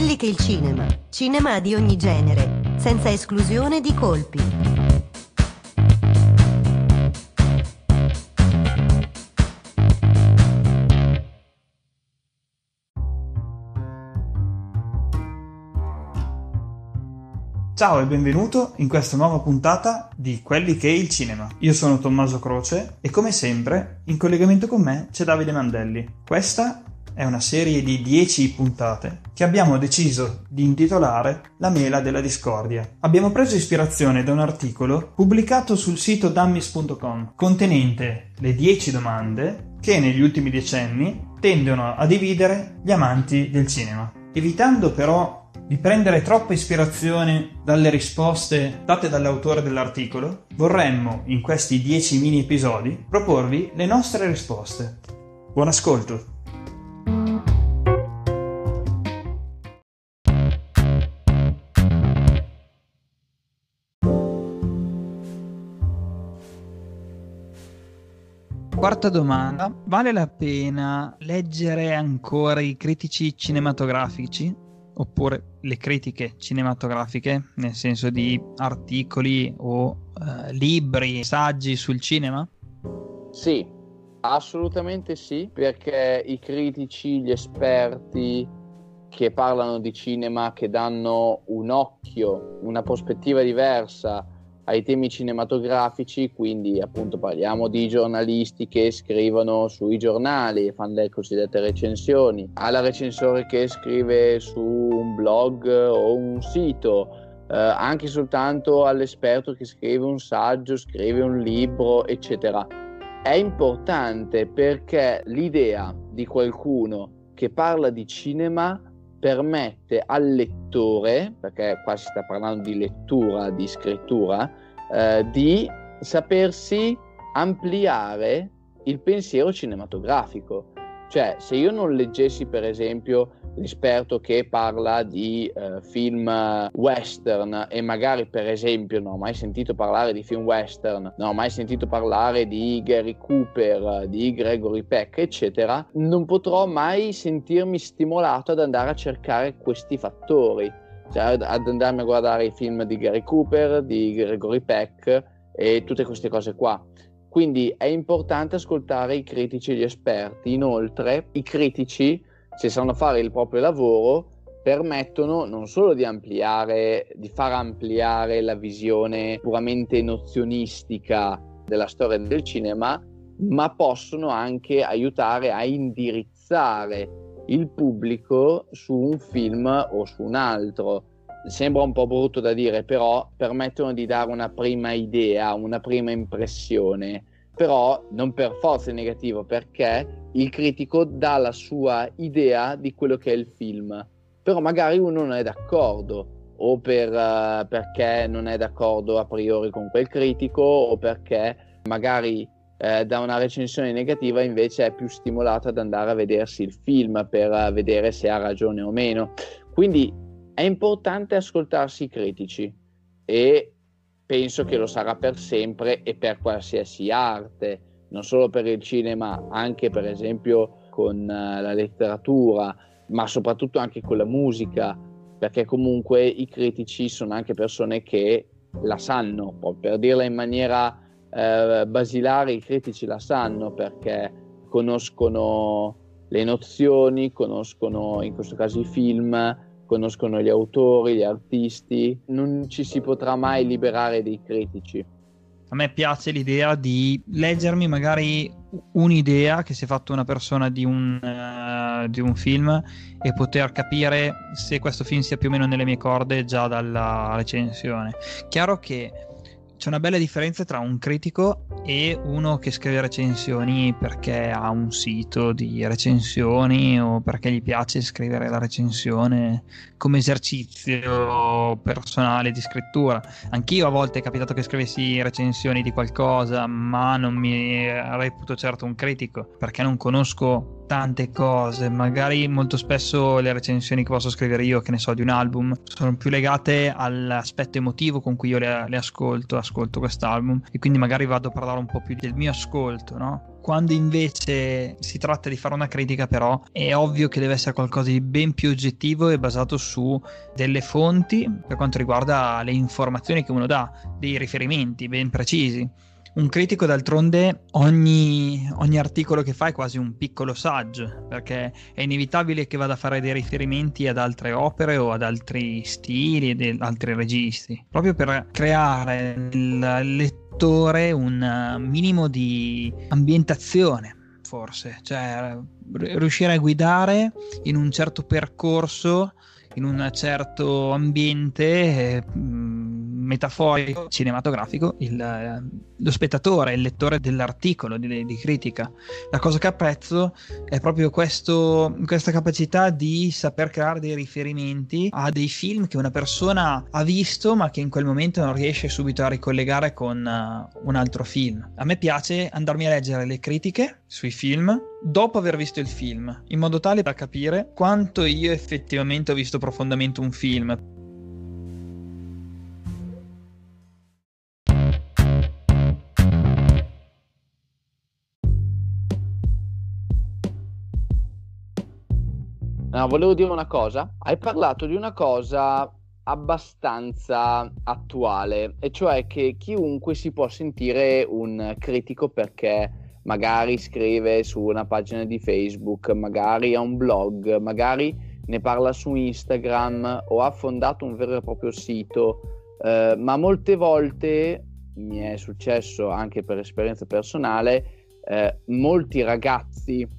Quelli che il cinema di ogni genere, senza esclusione di colpi. Ciao e benvenuto in questa nuova puntata di Quelli che il cinema. Io sono Tommaso Croce e come sempre in collegamento con me c'è Davide Mandelli. Questa è una serie di 10 puntate che abbiamo deciso di intitolare La mela della discordia. Abbiamo preso ispirazione da un articolo pubblicato sul sito dummies.com contenente le 10 domande che negli ultimi decenni tendono a dividere gli amanti del cinema. Evitando però di prendere troppa ispirazione dalle risposte date dall'autore dell'articolo, vorremmo in questi 10 mini episodi proporvi le nostre risposte. Buon ascolto! Quarta domanda: vale la pena leggere ancora i critici cinematografici? Oppure le critiche cinematografiche, nel senso di articoli o libri, saggi sul cinema? Sì, assolutamente sì, perché i critici, gli esperti che parlano di cinema, che danno un occhio, una prospettiva diversa ai temi cinematografici, quindi appunto parliamo di giornalisti che scrivono sui giornali, fanno le cosiddette recensioni, alla recensore che scrive su un blog o un sito, anche soltanto all'esperto che scrive un saggio, scrive un libro, eccetera. È importante perché l'idea di qualcuno che parla di cinema permette al lettore, perché qua si sta parlando di lettura, di scrittura, di sapersi ampliare il pensiero cinematografico. Cioè, se io non leggessi per esempio l'esperto che parla di film western e magari per esempio non ho mai sentito parlare di film western, non ho mai sentito parlare di Gary Cooper, di Gregory Peck, eccetera, non potrò mai sentirmi stimolato ad andare a cercare questi fattori, cioè ad andarmi a guardare i film di Gary Cooper, di Gregory Peck e tutte queste cose qua. Quindi è importante ascoltare i critici e gli esperti. Inoltre i critici, se sanno fare il proprio lavoro, permettono non solo di ampliare, di far ampliare la visione puramente nozionistica della storia del cinema, ma possono anche aiutare a indirizzare il pubblico su un film o su un altro. Sembra un po' brutto da dire, però permettono di dare una prima idea, una prima impressione, però non per forza è negativo, perché il critico dà la sua idea di quello che è il film, però magari uno non è d'accordo, o perché non è d'accordo a priori con quel critico, o perché magari da una recensione negativa invece è più stimolato ad andare a vedersi il film per vedere se ha ragione o meno. Quindi è importante ascoltarsi i critici e penso che lo sarà per sempre e per qualsiasi arte, non solo per il cinema, anche per esempio con la letteratura, ma soprattutto anche con la musica, perché comunque i critici sono anche persone che la sanno, per dirla in maniera basilare, i critici la sanno perché conoscono le nozioni, conoscono in questo caso i film, conoscono gli autori, gli artisti. Non ci si potrà mai liberare dei critici. A me piace l'idea di leggermi magari un'idea che si è fatta una persona di un film e poter capire se questo film sia più o meno nelle mie corde già dalla recensione. Chiaro che c'è una bella differenza tra un critico e uno che scrive recensioni perché ha un sito di recensioni o perché gli piace scrivere la recensione come esercizio personale di scrittura. Anch'io a volte è capitato che scrivessi recensioni di qualcosa, ma non mi reputo certo un critico perché non conosco tante cose. Magari molto spesso le recensioni che posso scrivere io, che ne so, di un album, sono più legate all'aspetto emotivo con cui io le ascolto quest'album, e quindi magari vado a parlare un po' più del mio ascolto, no? Quando invece si tratta di fare una critica, però, è ovvio che deve essere qualcosa di ben più oggettivo e basato su delle fonti per quanto riguarda le informazioni che uno dà, dei riferimenti ben precisi. Un critico, d'altronde, ogni articolo che fa è quasi un piccolo saggio, perché è inevitabile che vada a fare dei riferimenti ad altre opere o ad altri stili e ad altri registi, proprio per creare nel lettore un minimo di ambientazione, forse, cioè riuscire a guidare in un certo percorso, in un certo ambiente metaforico, cinematografico, lo spettatore, il lettore dell'articolo di critica. La cosa che apprezzo è proprio questa capacità di saper creare dei riferimenti a dei film che una persona ha visto ma che in quel momento non riesce subito a ricollegare con un altro film. A me piace andarmi a leggere le critiche sui film dopo aver visto il film, in modo tale da capire quanto io effettivamente ho visto profondamente un film. No, volevo dire una cosa. Hai parlato di una cosa abbastanza attuale, e cioè che chiunque si può sentire un critico perché magari scrive su una pagina di Facebook, magari ha un blog, magari ne parla su Instagram o ha fondato un vero e proprio sito, ma molte volte mi è successo anche per esperienza personale, molti ragazzi,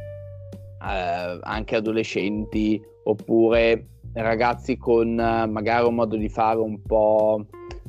anche adolescenti oppure ragazzi con magari un modo di fare un po'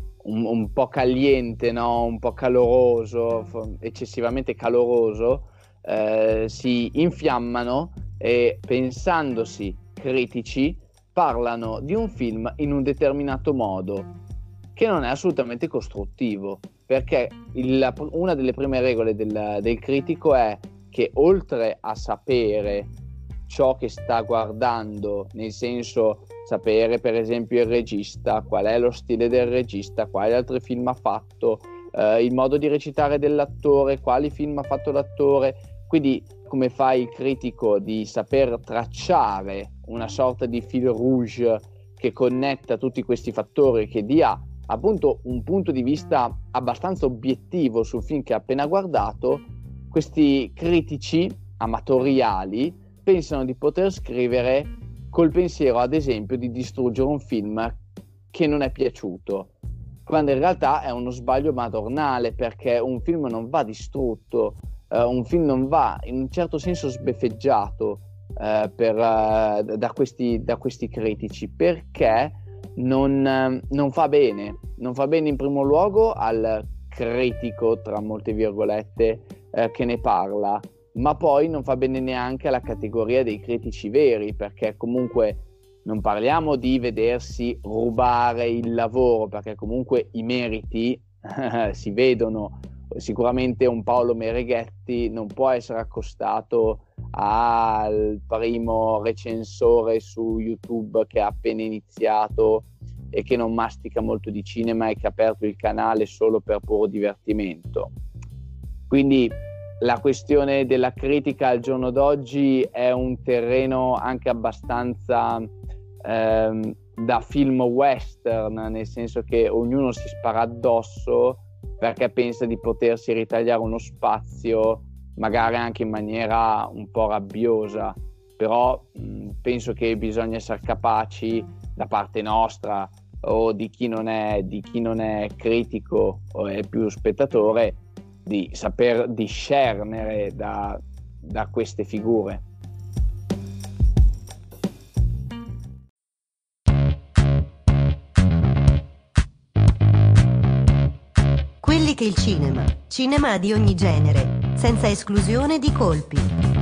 caliente, no? Un po' caloroso, eccessivamente caloroso, si infiammano e, pensandosi critici, parlano di un film in un determinato modo che non è assolutamente costruttivo, perché una delle prime regole del critico è che, oltre a sapere ciò che sta guardando, nel senso sapere per esempio il regista, qual è lo stile del regista, quali altri film ha fatto, il modo di recitare dell'attore, quali film ha fatto l'attore, quindi come fa il critico di saper tracciare una sorta di fil rouge che connetta tutti questi fattori, che dia appunto un punto di vista abbastanza obiettivo sul film che ha appena guardato. Questi critici amatoriali pensano di poter scrivere col pensiero, ad esempio, di distruggere un film che non è piaciuto, quando in realtà è uno sbaglio madornale, perché un film non va distrutto, un film non va in un certo senso sbeffeggiato da questi critici, perché non fa bene in primo luogo al critico, tra molte virgolette, che ne parla, ma poi non fa bene neanche alla categoria dei critici veri, perché comunque non parliamo di vedersi rubare il lavoro, perché comunque i meriti si vedono. Sicuramente un Paolo Mereghetti non può essere accostato al primo recensore su YouTube che ha appena iniziato e che non mastica molto di cinema e che ha aperto il canale solo per puro divertimento. Quindi la questione della critica al giorno d'oggi è un terreno anche abbastanza da film western, nel senso che ognuno si spara addosso perché pensa di potersi ritagliare uno spazio, magari anche in maniera un po' rabbiosa. Però penso che bisogna essere capaci, da parte nostra o di chi non è critico o è più spettatore, di saper discernere da queste figure. Quelli che il cinema di ogni genere, senza esclusione di colpi.